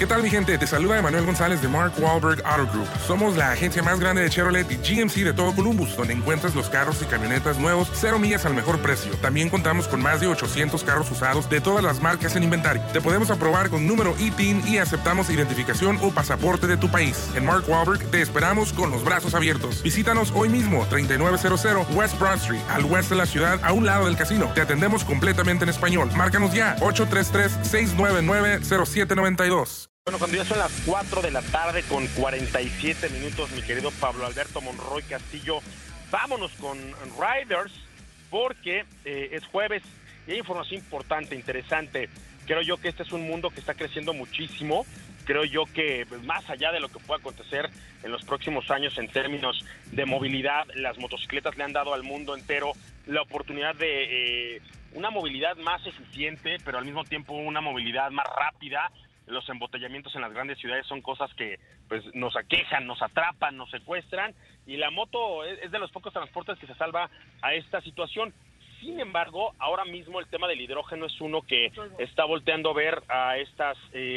¿Qué tal, mi gente? Te saluda Emanuel González de Mark Wahlberg Auto Group. Somos la agencia más grande de Chevrolet y GMC de todo Columbus, donde encuentras los carros y camionetas nuevos, 0 millas al mejor precio. También contamos con más de 800 carros usados de todas las marcas en inventario. Te podemos aprobar con número ITIN y aceptamos identificación o pasaporte de tu país. En Mark Wahlberg te esperamos con los brazos abiertos. Visítanos hoy mismo, 3900 West Broad Street, al oeste de la ciudad, a un lado del casino. Te atendemos completamente en español. Márcanos ya, 833-699-0792. Bueno, cuando ya son las 4 de la tarde con 47 minutos, mi querido Pablo Alberto Monroy Castillo, vámonos con Riders, porque es jueves y hay información importante, interesante. Creo yo que este es un mundo que está creciendo muchísimo. Creo yo que más allá de lo que pueda acontecer en los próximos años en términos de movilidad, las motocicletas le han dado al mundo entero la oportunidad de una movilidad más eficiente, pero al mismo tiempo una movilidad más rápida. Los embotellamientos en las grandes ciudades son cosas que pues nos aquejan, nos atrapan, nos secuestran, y la moto es de los pocos transportes que se salva a esta situación. Sin embargo, ahora mismo el tema del hidrógeno es uno que está volteando a ver a estas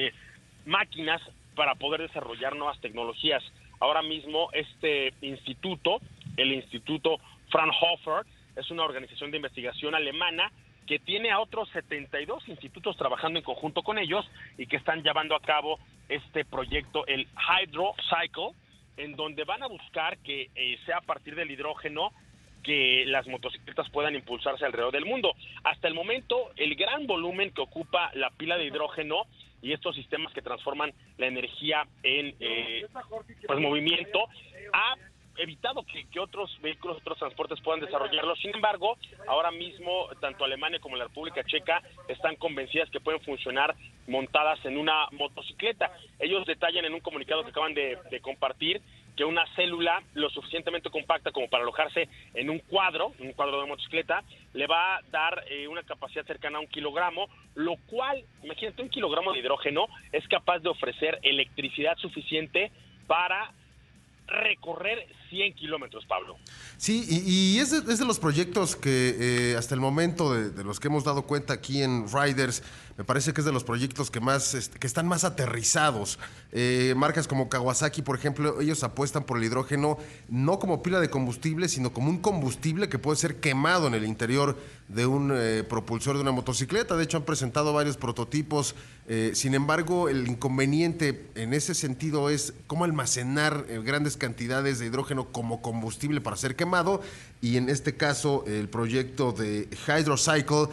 máquinas para poder desarrollar nuevas tecnologías. Ahora mismo este instituto, el Instituto Fraunhofer, es una organización de investigación alemana que tiene a otros 72 institutos trabajando en conjunto con ellos y que están llevando a cabo este proyecto, el Hydro Cycle, en donde van a buscar que sea a partir del hidrógeno que las motocicletas puedan impulsarse alrededor del mundo. Hasta el momento, el gran volumen que ocupa la pila de hidrógeno y estos sistemas que transforman la energía en pues movimiento ha evitado que otros vehículos, otros transportes puedan desarrollarlo. Sin embargo, ahora mismo tanto Alemania como la República Checa están convencidas que pueden funcionar montadas en una motocicleta. Ellos detallan en un comunicado que acaban de compartir que una célula lo suficientemente compacta como para alojarse en un cuadro de motocicleta, le va a dar una capacidad cercana a 1 kilogramo, lo cual, imagínate, 1 kilogramo de hidrógeno es capaz de ofrecer electricidad suficiente para recorrer 100 kilómetros, Pablo. Sí, y es de los proyectos que hasta el momento de los que hemos dado cuenta aquí en Riders, me parece que es de los proyectos que más que están más aterrizados. Marcas como Kawasaki, por ejemplo, ellos apuestan por el hidrógeno no como pila de combustible, sino como un combustible que puede ser quemado en el interior de un propulsor de una motocicleta. De hecho, han presentado varios prototipos. Sin embargo, el inconveniente en ese sentido es cómo almacenar grandes cantidades de hidrógeno como combustible para ser quemado, y en este caso el proyecto de Hydro Cycle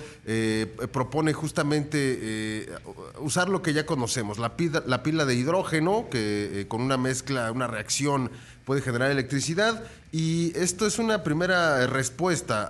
propone justamente usar lo que ya conocemos, la pila de hidrógeno que con una mezcla, una reacción puede generar electricidad, y esto es una primera respuesta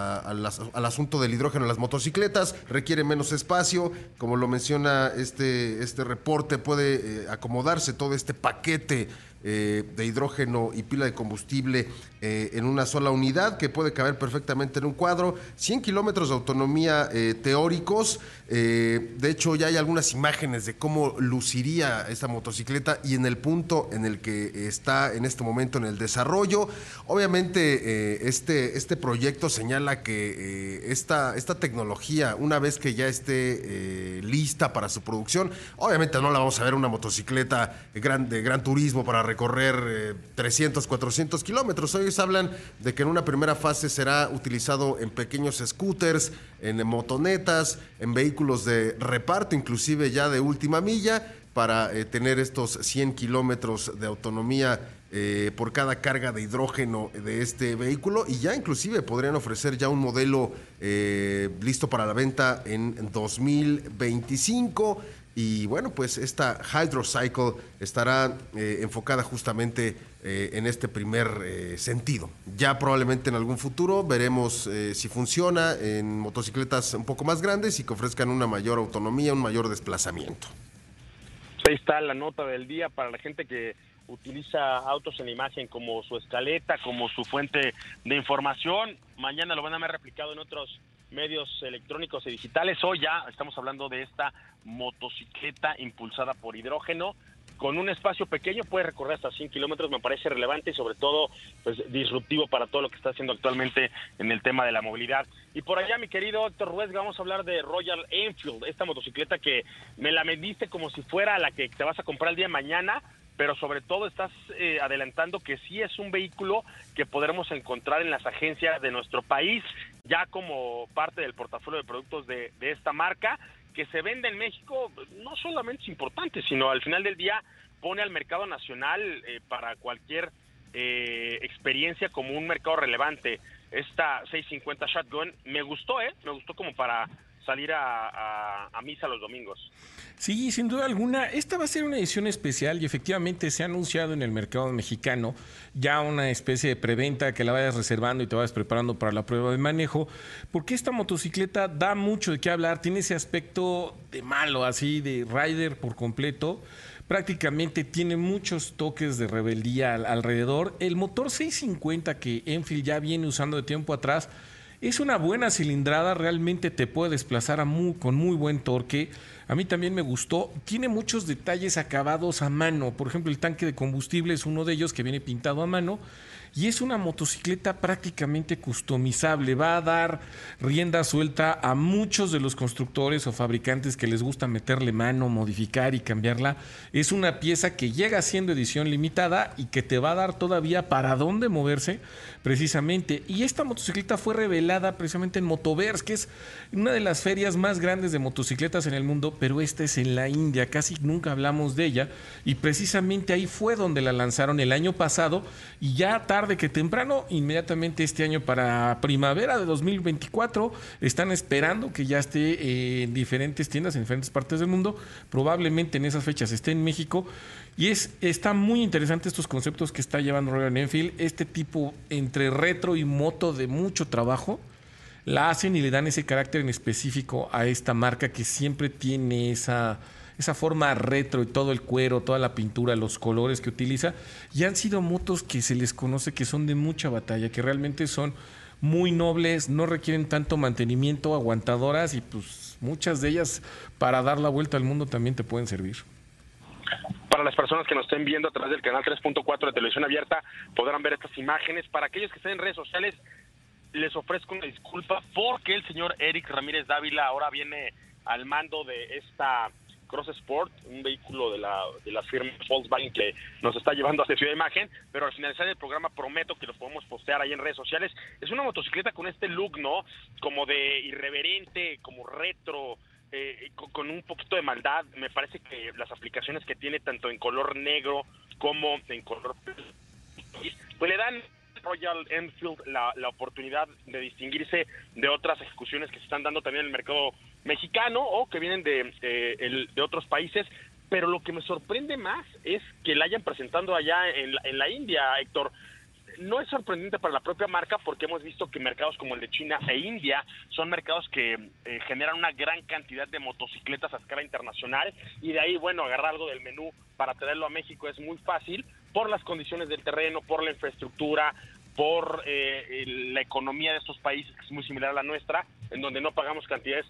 al asunto del hidrógeno en las motocicletas. Requiere menos espacio, como lo menciona este reporte, puede acomodarse todo este paquete de hidrógeno y pila de combustible en una sola unidad que puede caber perfectamente en un cuadro. 100 kilómetros de autonomía teóricos. De hecho, ya hay algunas imágenes de cómo luciría esta motocicleta y en el punto en el que está en este momento en el desarrollo. Obviamente, este proyecto señala que esta tecnología, una vez que ya esté lista para su producción, obviamente no la vamos a ver una motocicleta de gran turismo para recorrer 300, 400 kilómetros. Ellos hablan de que en una primera fase será utilizado en pequeños scooters, en motonetas, en vehículos de reparto, inclusive ya de última milla, para tener estos 100 kilómetros de autonomía por cada carga de hidrógeno de este vehículo, y ya inclusive podrían ofrecer ya un modelo listo para la venta en 2025. Y bueno, pues esta Hydro Cycle estará enfocada justamente en este primer sentido. Ya probablemente en algún futuro veremos si funciona en motocicletas un poco más grandes y que ofrezcan una mayor autonomía, un mayor desplazamiento. Ahí está la nota del día para la gente que utiliza autos en imagen como su escaleta, como su fuente de información. Mañana lo van a ver replicado en otros medios electrónicos y digitales. Hoy ya estamos hablando de esta motocicleta impulsada por hidrógeno con un espacio pequeño puede recorrer hasta 100 kilómetros, me parece relevante y sobre todo pues disruptivo para todo lo que está haciendo actualmente en el tema de la movilidad. Y por allá, mi querido Héctor Ruesga, vamos a hablar de Royal Enfield, esta motocicleta que me la vendiste como si fuera la que te vas a comprar el día de mañana, pero sobre todo estás adelantando que sí es un vehículo que podremos encontrar en las agencias de nuestro país, ya como parte del portafolio de productos de esta marca, que se vende en México. No solamente es importante, sino al final del día pone al mercado nacional para cualquier experiencia como un mercado relevante. Esta 650 Shotgun me gustó como para salir a misa los domingos. Sí, sin duda alguna, esta va a ser una edición especial y efectivamente se ha anunciado en el mercado mexicano ya una especie de preventa que la vayas reservando y te vayas preparando para la prueba de manejo, porque esta motocicleta da mucho de qué hablar, tiene ese aspecto de malo, así de rider por completo. Prácticamente tiene muchos toques de rebeldía alrededor. El motor 650 que Enfield ya viene usando de tiempo atrás es una buena cilindrada, realmente te puede desplazar con muy buen torque. A mí también me gustó. Tiene muchos detalles acabados a mano. Por ejemplo, el tanque de combustible es uno de ellos que viene pintado a mano. Y es una motocicleta prácticamente customizable. Va a dar rienda suelta a muchos de los constructores o fabricantes que les gusta meterle mano, modificar y cambiarla. Es una pieza que llega siendo edición limitada y que te va a dar todavía para dónde moverse precisamente. Y esta motocicleta fue revelada precisamente en Motoverse, que es una de las ferias más grandes de motocicletas en el mundo, pero esta es en la India. Casi nunca hablamos de ella. Y precisamente ahí fue donde la lanzaron el año pasado y ya tarde que temprano, inmediatamente este año para primavera de 2024, están esperando que ya esté en diferentes tiendas en diferentes partes del mundo, probablemente en esas fechas esté en México, y está muy interesante estos conceptos que está llevando Royal Enfield, este tipo entre retro y moto de mucho trabajo, la hacen y le dan ese carácter en específico a esta marca que siempre tiene esa forma retro y todo el cuero, toda la pintura, los colores que utiliza, y han sido motos que se les conoce que son de mucha batalla, que realmente son muy nobles, no requieren tanto mantenimiento, aguantadoras, y pues muchas de ellas para dar la vuelta al mundo también te pueden servir. Para las personas que nos estén viendo a través del canal 3.4 de Televisión Abierta, podrán ver estas imágenes. Para aquellos que estén en redes sociales, les ofrezco una disculpa porque el señor Eric Ramírez Dávila ahora viene al mando de esta Cross Sport, un vehículo de la firma Volkswagen que nos está llevando hacia Ciudad Imagen, pero al finalizar el programa prometo que lo podemos postear ahí en redes sociales. Es una motocicleta con este look, ¿no? Como de irreverente, como retro, con un poquito de maldad. Me parece que las aplicaciones que tiene tanto en color negro como en color pues le dan Royal Enfield la oportunidad de distinguirse de otras ejecuciones que se están dando también en el mercado mexicano o que vienen de otros países, pero lo que me sorprende más es que la hayan presentado allá en la India, Héctor. No es sorprendente para la propia marca porque hemos visto que mercados como el de China e India son mercados que generan una gran cantidad de motocicletas a escala internacional, y de ahí, bueno, agarrar algo del menú para traerlo a México es muy fácil por las condiciones del terreno, por la infraestructura, por la economía de estos países, que es muy similar a la nuestra, en donde no pagamos cantidades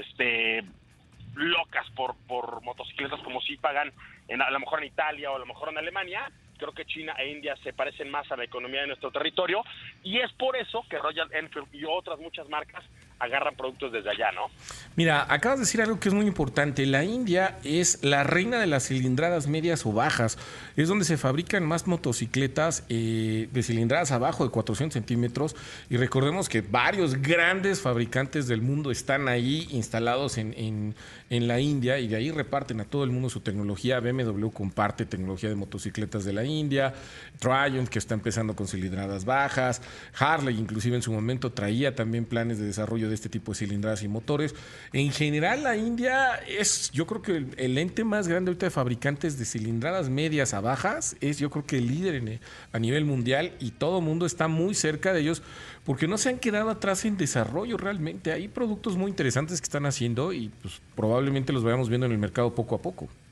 locas por motocicletas como si pagan a lo mejor en Italia o a lo mejor en Alemania. Creo que China e India se parecen más a la economía de nuestro territorio, y es por eso que Royal Enfield y otras muchas marcas agarran productos desde allá, ¿no? Mira, acabas de decir algo que es muy importante. La India es la reina de las cilindradas medias o bajas. Es donde se fabrican más motocicletas de cilindradas abajo de 400 centímetros. Y recordemos que varios grandes fabricantes del mundo están ahí instalados en la India, y de ahí reparten a todo el mundo su tecnología. BMW comparte tecnología de motocicletas de la India. Triumph, que está empezando con cilindradas bajas. Harley, inclusive en su momento, traía también planes de desarrollo de este tipo de cilindradas y motores. En general, la India es, yo creo que el ente más grande ahorita de fabricantes de cilindradas medias a bajas, es yo creo que el líder a nivel mundial, y todo el mundo está muy cerca de ellos porque no se han quedado atrás en desarrollo realmente. Hay productos muy interesantes que están haciendo y pues probablemente los vayamos viendo en el mercado poco a poco.